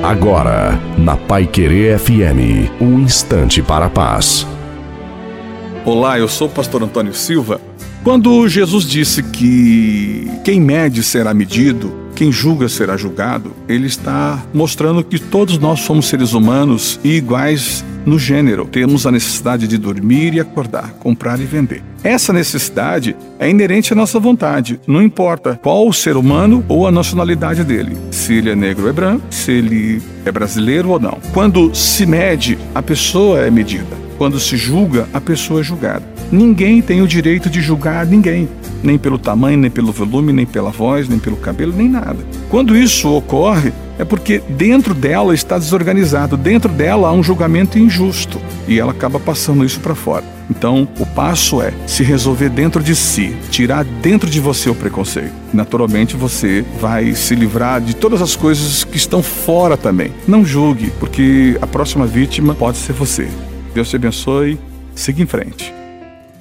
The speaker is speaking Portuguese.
Agora, na Paiquerê FM, um instante para a paz. Olá, eu sou o pastor Antônio Silva. Quando Jesus disse que quem mede será medido, quem julga será julgado, ele está mostrando que todos nós somos seres humanos e iguais no gênero. Temos a necessidade de dormir e acordar, comprar e vender. Essa necessidade é inerente à nossa vontade. Não importa qual o ser humano ou a nacionalidade dele. Se ele é negro ou é branco, se ele é brasileiro ou não. Quando se mede, a pessoa é medida. Quando se julga, a pessoa é julgada. Ninguém tem o direito de julgar ninguém. Nem pelo tamanho, nem pelo volume, nem pela voz, nem pelo cabelo, nem nada. Quando isso ocorre, é porque dentro dela está desorganizado. Dentro dela há um julgamento injusto. E ela acaba passando isso para fora. Então, o passo é se resolver dentro de si, tirar dentro de você o preconceito. Naturalmente, você vai se livrar de todas as coisas que estão fora também. Não julgue, porque a próxima vítima pode ser você. Deus te abençoe. Siga em frente.